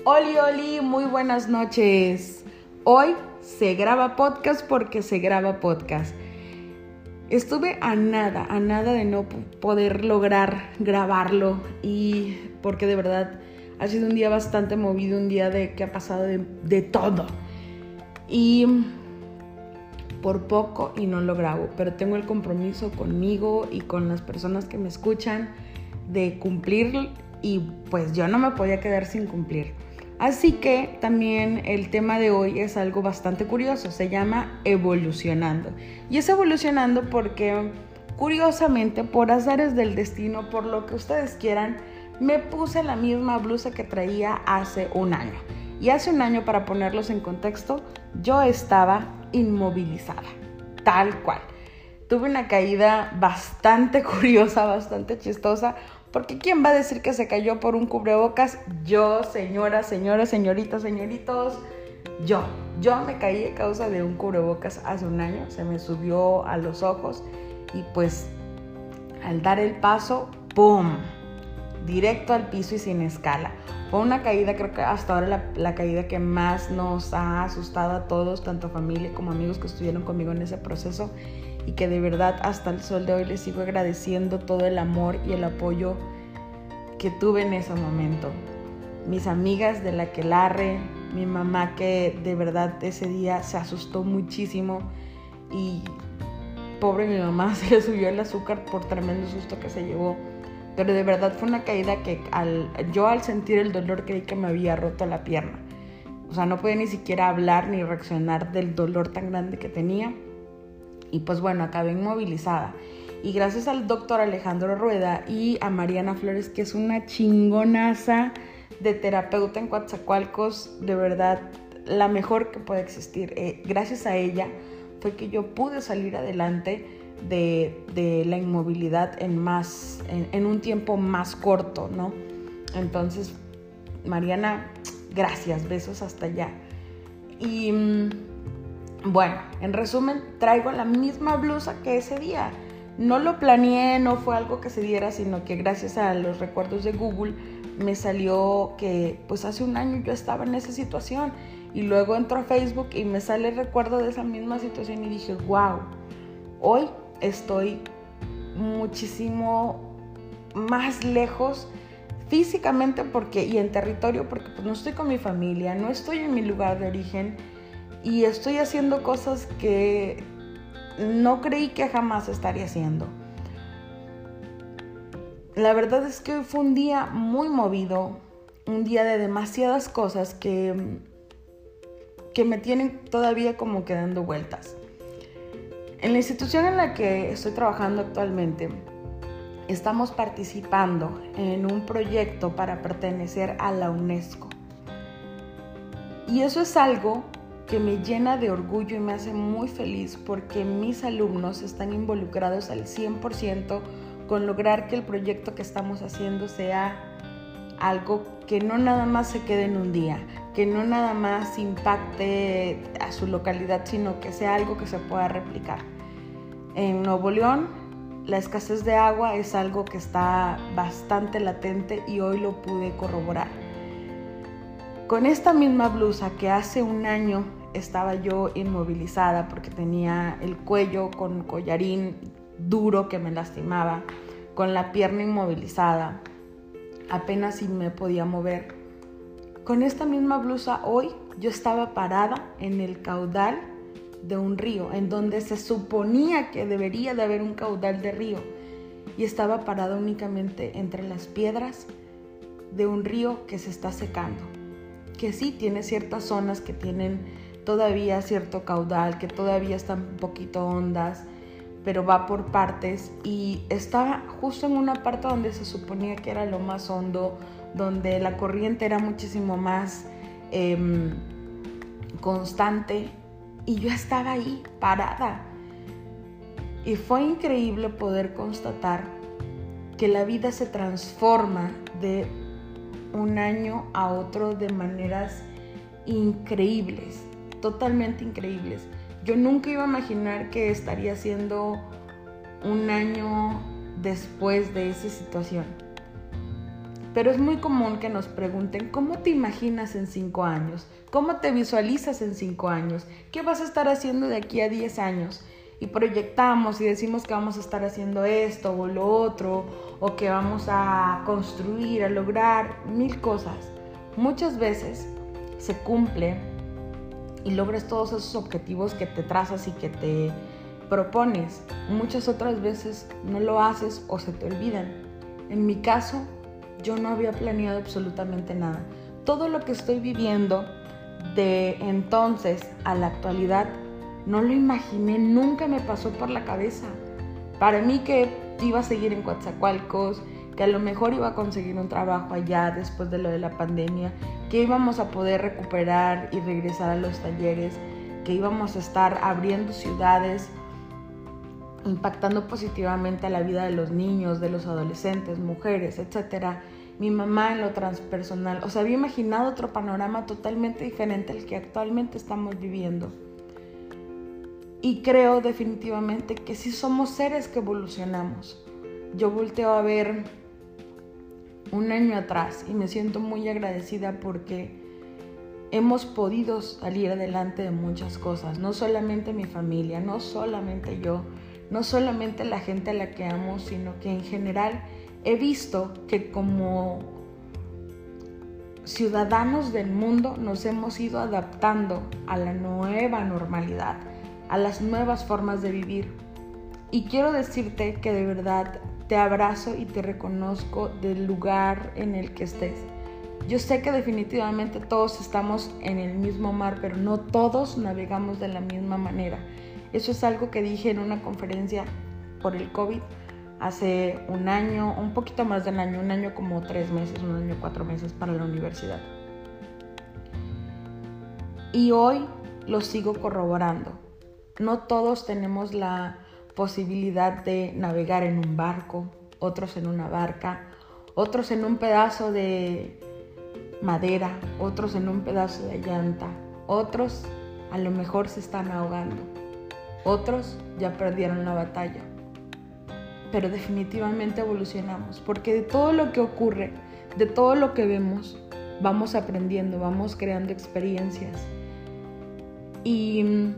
Oli, Oli, muy buenas noches. Hoy se graba podcast porque se graba podcast. Estuve a nada de no poder lograr grabarlo y porque de verdad ha sido un día bastante movido, un día que ha pasado de todo. Y por poco y no lo grabo, pero tengo el compromiso conmigo y con las personas que me escuchan de cumplir y pues yo no me podía quedar sin cumplir. Así que también el tema de hoy es algo bastante curioso, se llama evolucionando. Y es evolucionando porque, curiosamente, por azares del destino, por lo que ustedes quieran, me puse la misma blusa que traía hace un año. Y hace un año, para ponerlos en contexto, yo estaba inmovilizada, tal cual. Tuve una caída bastante curiosa, bastante chistosa, porque ¿quién va a decir que se cayó por un cubrebocas? Yo, señoritas, señoritos, yo me caí a causa de un cubrebocas hace un año, se me subió a los ojos y pues al dar el paso, ¡pum!, directo al piso y sin escala. Fue una caída, creo que hasta ahora la caída que más nos ha asustado a todos, tanto familia como amigos que estuvieron conmigo en ese proceso, y que de verdad hasta el sol de hoy les sigo agradeciendo todo el amor y el apoyo que tuve en ese momento. Mis amigas de la aquelarre, mi mamá que de verdad ese día se asustó muchísimo y pobre mi mamá, se le subió el azúcar por tremendo susto que se llevó. Pero de verdad fue una caída que yo al sentir el dolor creí que me había roto la pierna. O sea, no podía ni siquiera hablar ni reaccionar del dolor tan grande que tenía. Y pues bueno, acabé inmovilizada. Y gracias al doctor Alejandro Rueda y a Mariana Flores, que es una chingonaza de terapeuta en Coatzacoalcos, de verdad, la mejor que puede existir. Gracias a ella fue que yo pude salir adelante de la inmovilidad en un tiempo más corto, ¿no? Entonces, Mariana, gracias, besos hasta allá. Y bueno, en resumen, traigo la misma blusa que ese día. No lo planeé, no fue algo que se diera, sino que gracias a los recuerdos de Google me salió que pues hace un año yo estaba en esa situación. Y luego entro a Facebook y me sale el recuerdo de esa misma situación y dije, wow, hoy estoy muchísimo más lejos físicamente y en territorio, porque pues no estoy con mi familia, no estoy en mi lugar de origen y estoy haciendo cosas que no creí que jamás estaría haciendo. La verdad es que hoy fue un día muy movido, un día de demasiadas cosas que me tienen todavía como que dando vueltas. En la institución en la que estoy trabajando actualmente, estamos participando en un proyecto para pertenecer a la UNESCO. Y eso es algo que me llena de orgullo y me hace muy feliz porque mis alumnos están involucrados al 100% con lograr que el proyecto que estamos haciendo sea algo que no nada más se quede en un día, que no nada más impacte a su localidad, sino que sea algo que se pueda replicar. En Nuevo León, la escasez de agua es algo que está bastante latente y hoy lo pude corroborar. Con esta misma blusa que hace un año estaba yo inmovilizada porque tenía el cuello con collarín duro que me lastimaba, con la pierna inmovilizada, apenas si me podía mover. Con esta misma blusa hoy yo estaba parada en el caudal de un río, en donde se suponía que debería de haber un caudal de río, y estaba parada únicamente entre las piedras de un río que se está secando, que sí tiene ciertas zonas que tienen todavía cierto caudal, que todavía están un poquito hondas, pero va por partes, y estaba justo en una parte donde se suponía que era lo más hondo, donde la corriente era muchísimo más constante, y yo estaba ahí parada. Y fue increíble poder constatar que la vida se transforma de un año a otro de maneras increíbles, totalmente increíbles. Yo nunca iba a imaginar que estaría haciendo un año después de esa situación. pero es muy común que nos pregunten, ¿cómo te imaginas en 5 años? ¿Cómo te visualizas en 5 años? ¿Qué vas a estar haciendo de aquí a 10 años? Y proyectamos y decimos que vamos a estar haciendo esto o lo otro, o que vamos a construir, a lograr 1000 cosas. Muchas veces se cumple y logras todos esos objetivos que te trazas y que te propones. Muchas otras veces no lo haces o se te olvidan. En mi caso, yo no había planeado absolutamente nada. Todo lo que estoy viviendo de entonces a la actualidad, no lo imaginé, nunca me pasó por la cabeza. Para mí que iba a seguir en Coatzacoalcos, que a lo mejor iba a conseguir un trabajo allá después de lo de la pandemia, que íbamos a poder recuperar y regresar a los talleres, que íbamos a estar abriendo ciudades, impactando positivamente a la vida de los niños, de los adolescentes, mujeres, etc. Mi mamá en lo transpersonal, había imaginado otro panorama totalmente diferente al que actualmente estamos viviendo. Y creo definitivamente que sí somos seres que evolucionamos. Yo volteo a ver un año atrás y me siento muy agradecida porque hemos podido salir adelante de muchas cosas. No solamente mi familia, no solamente yo, no solamente la gente a la que amo, sino que en general he visto que como ciudadanos del mundo nos hemos ido adaptando a la nueva normalidad, a las nuevas formas de vivir. Y quiero decirte que de verdad te abrazo y te reconozco del lugar en el que estés. Yo sé que definitivamente todos estamos en el mismo mar, pero no todos navegamos de la misma manera. Eso es algo que dije en una conferencia por el COVID hace un año, un poquito más de un año como 3 meses, un año 4 meses para la universidad. Y hoy lo sigo corroborando. No todos tenemos la posibilidad de navegar en un barco, otros en una barca, otros en un pedazo de madera, otros en un pedazo de llanta, otros a lo mejor se están ahogando, otros ya perdieron la batalla. Pero definitivamente evolucionamos, porque de todo lo que ocurre, de todo lo que vemos, vamos aprendiendo, vamos creando experiencias. Y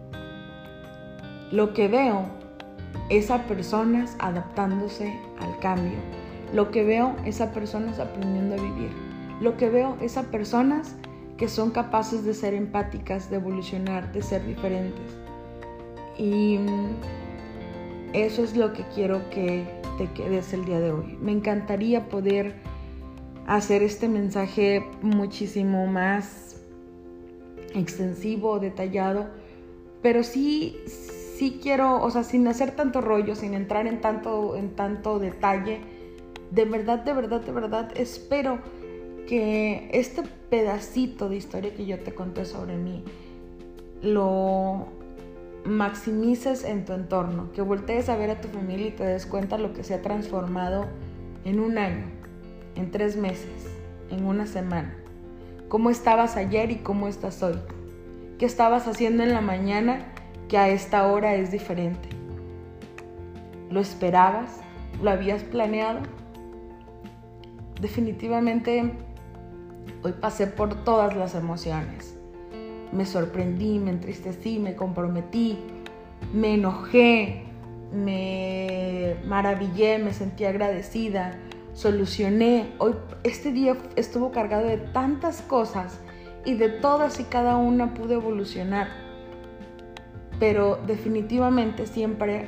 lo que veo es a personas adaptándose al cambio. Lo que veo es a personas aprendiendo a vivir. Lo que veo es a personas que son capaces de ser empáticas, de evolucionar, de ser diferentes. Y eso es lo que quiero que te quedes el día de hoy. Me encantaría poder hacer este mensaje muchísimo más extensivo, detallado, pero sí quiero, sin hacer tanto rollo, sin entrar en tanto detalle. De verdad espero que este pedacito de historia que yo te conté sobre mí lo maximices en tu entorno, que voltees a ver a tu familia y te des cuenta lo que se ha transformado en un año, en 3 meses, en una semana. ¿Cómo estabas ayer y cómo estás hoy? ¿Qué estabas haciendo en la mañana que a esta hora es diferente? ¿Lo esperabas? ¿Lo habías planeado? Definitivamente hoy pasé por todas las emociones. Me sorprendí, me entristecí, me comprometí, me enojé, me maravillé, me sentí agradecida, solucioné. Hoy, este día estuvo cargado de tantas cosas y de todas y cada una pude evolucionar. Pero definitivamente siempre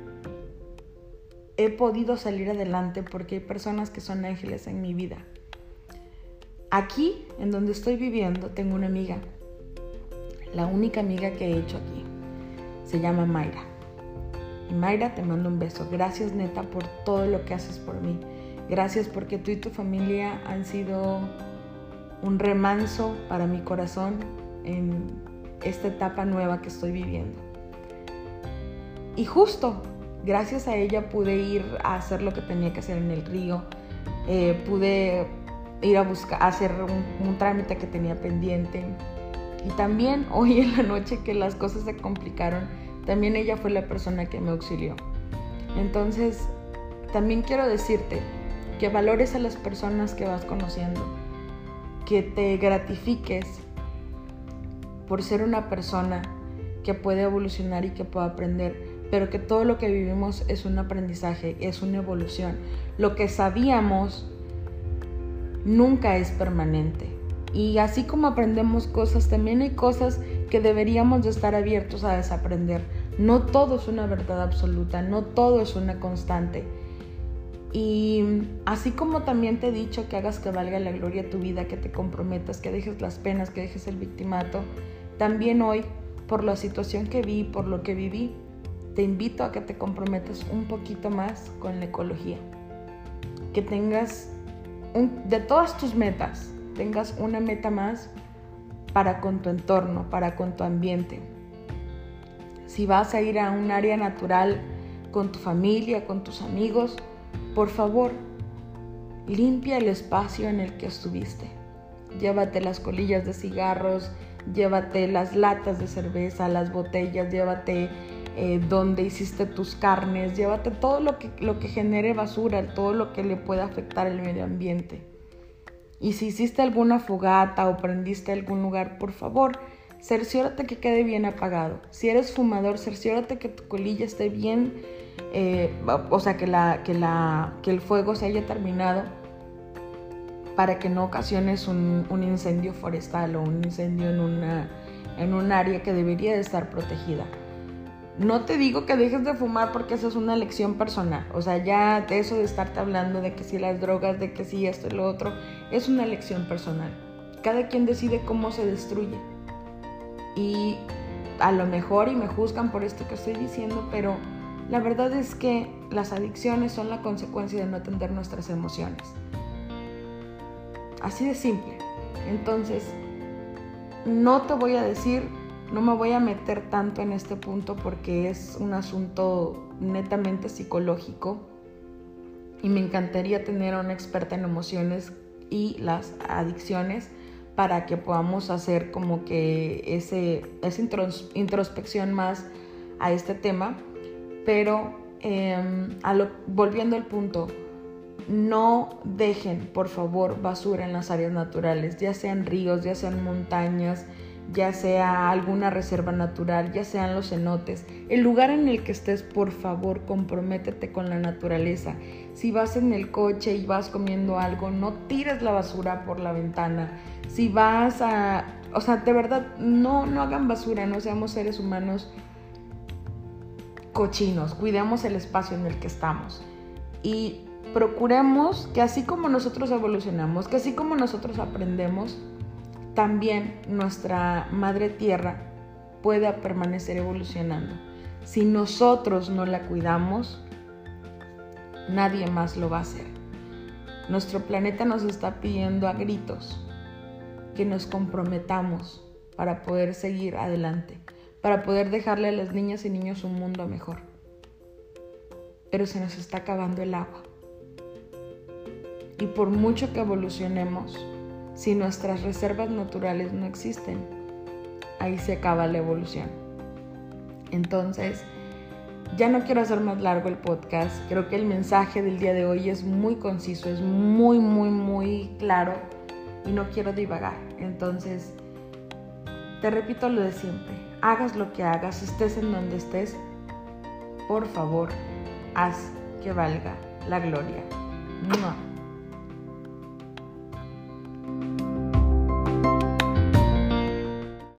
he podido salir adelante porque hay personas que son ángeles en mi vida. Aquí, en donde estoy viviendo, tengo una amiga. La única amiga que he hecho aquí. Se llama Mayra. Y Mayra, te mando un beso. Gracias, neta, por todo lo que haces por mí. Gracias porque tú y tu familia han sido un remanso para mi corazón en esta etapa nueva que estoy viviendo. Y justo gracias a ella pude ir a hacer lo que tenía que hacer en el río. Pude ir a hacer un trámite que tenía pendiente. Y también hoy en la noche que las cosas se complicaron, también ella fue la persona que me auxilió. Entonces, también quiero decirte que valores a las personas que vas conociendo, que te gratifiques por ser una persona que puede evolucionar y que puede aprender, pero que todo lo que vivimos es un aprendizaje, es una evolución. Lo que sabíamos nunca es permanente. Y así como aprendemos cosas, también hay cosas que deberíamos de estar abiertos a desaprender. No todo es una verdad absoluta, no todo es una constante. Y así como también te he dicho que hagas que valga la gloria tu vida, que te comprometas, que dejes las penas, que dejes el victimato, también hoy, por la situación que vi, por lo que viví, te invito a que te comprometas un poquito más con la ecología. Que tengas, de todas tus metas, tengas una meta más para con tu entorno, para con tu ambiente. Si vas a ir a un área natural con tu familia, con tus amigos, por favor, limpia el espacio en el que estuviste. Llévate las colillas de cigarros, llévate las latas de cerveza, las botellas, llévate donde hiciste tus carnes, llévate todo lo que genere basura, todo lo que le pueda afectar al medio ambiente. Y si hiciste alguna fogata o prendiste algún lugar, por favor, cerciórate que quede bien apagado. Si eres fumador, cerciórate que tu colilla esté bien, que el fuego se haya terminado para que no ocasiones un incendio forestal o un incendio en un área que debería de estar protegida. No te digo que dejes de fumar porque esa es una elección personal. O sea, ya de eso de estarte hablando de que si las drogas, de que si esto y lo otro, es una elección personal. Cada quien decide cómo se destruye. Y a lo mejor, y me juzgan por esto que estoy diciendo, pero la verdad es que las adicciones son la consecuencia de no atender nuestras emociones. Así de simple. Entonces, no te voy a decir, no me voy a meter tanto en este punto porque es un asunto netamente psicológico y me encantaría tener a una experta en emociones y las adicciones para que podamos hacer como que esa introspección más a este tema. Pero volviendo al punto, no dejen, por favor, basura en las áreas naturales, ya sean ríos, ya sean montañas, ya sea alguna reserva natural, ya sean los cenotes. El lugar en el que estés, por favor, comprométete con la naturaleza. Si vas en el coche y vas comiendo algo, no tires la basura por la ventana. Si vas de verdad, no hagan basura, no seamos seres humanos cochinos, cuidemos el espacio en el que estamos. Y procuremos que así como nosotros evolucionamos, que así como nosotros aprendemos, también nuestra madre tierra pueda permanecer evolucionando. Si nosotros no la cuidamos, nadie más lo va a hacer. Nuestro planeta nos está pidiendo a gritos que nos comprometamos para poder seguir adelante, para poder dejarle a las niñas y niños un mundo mejor. Pero se nos está acabando el agua. Y por mucho que evolucionemos, si nuestras reservas naturales no existen, ahí se acaba la evolución. Entonces, ya no quiero hacer más largo el podcast. Creo que el mensaje del día de hoy es muy conciso, es muy, muy, muy claro y no quiero divagar. Entonces, te repito lo de siempre. Hagas lo que hagas, estés en donde estés, por favor, haz que valga la gloria. ¡Mua!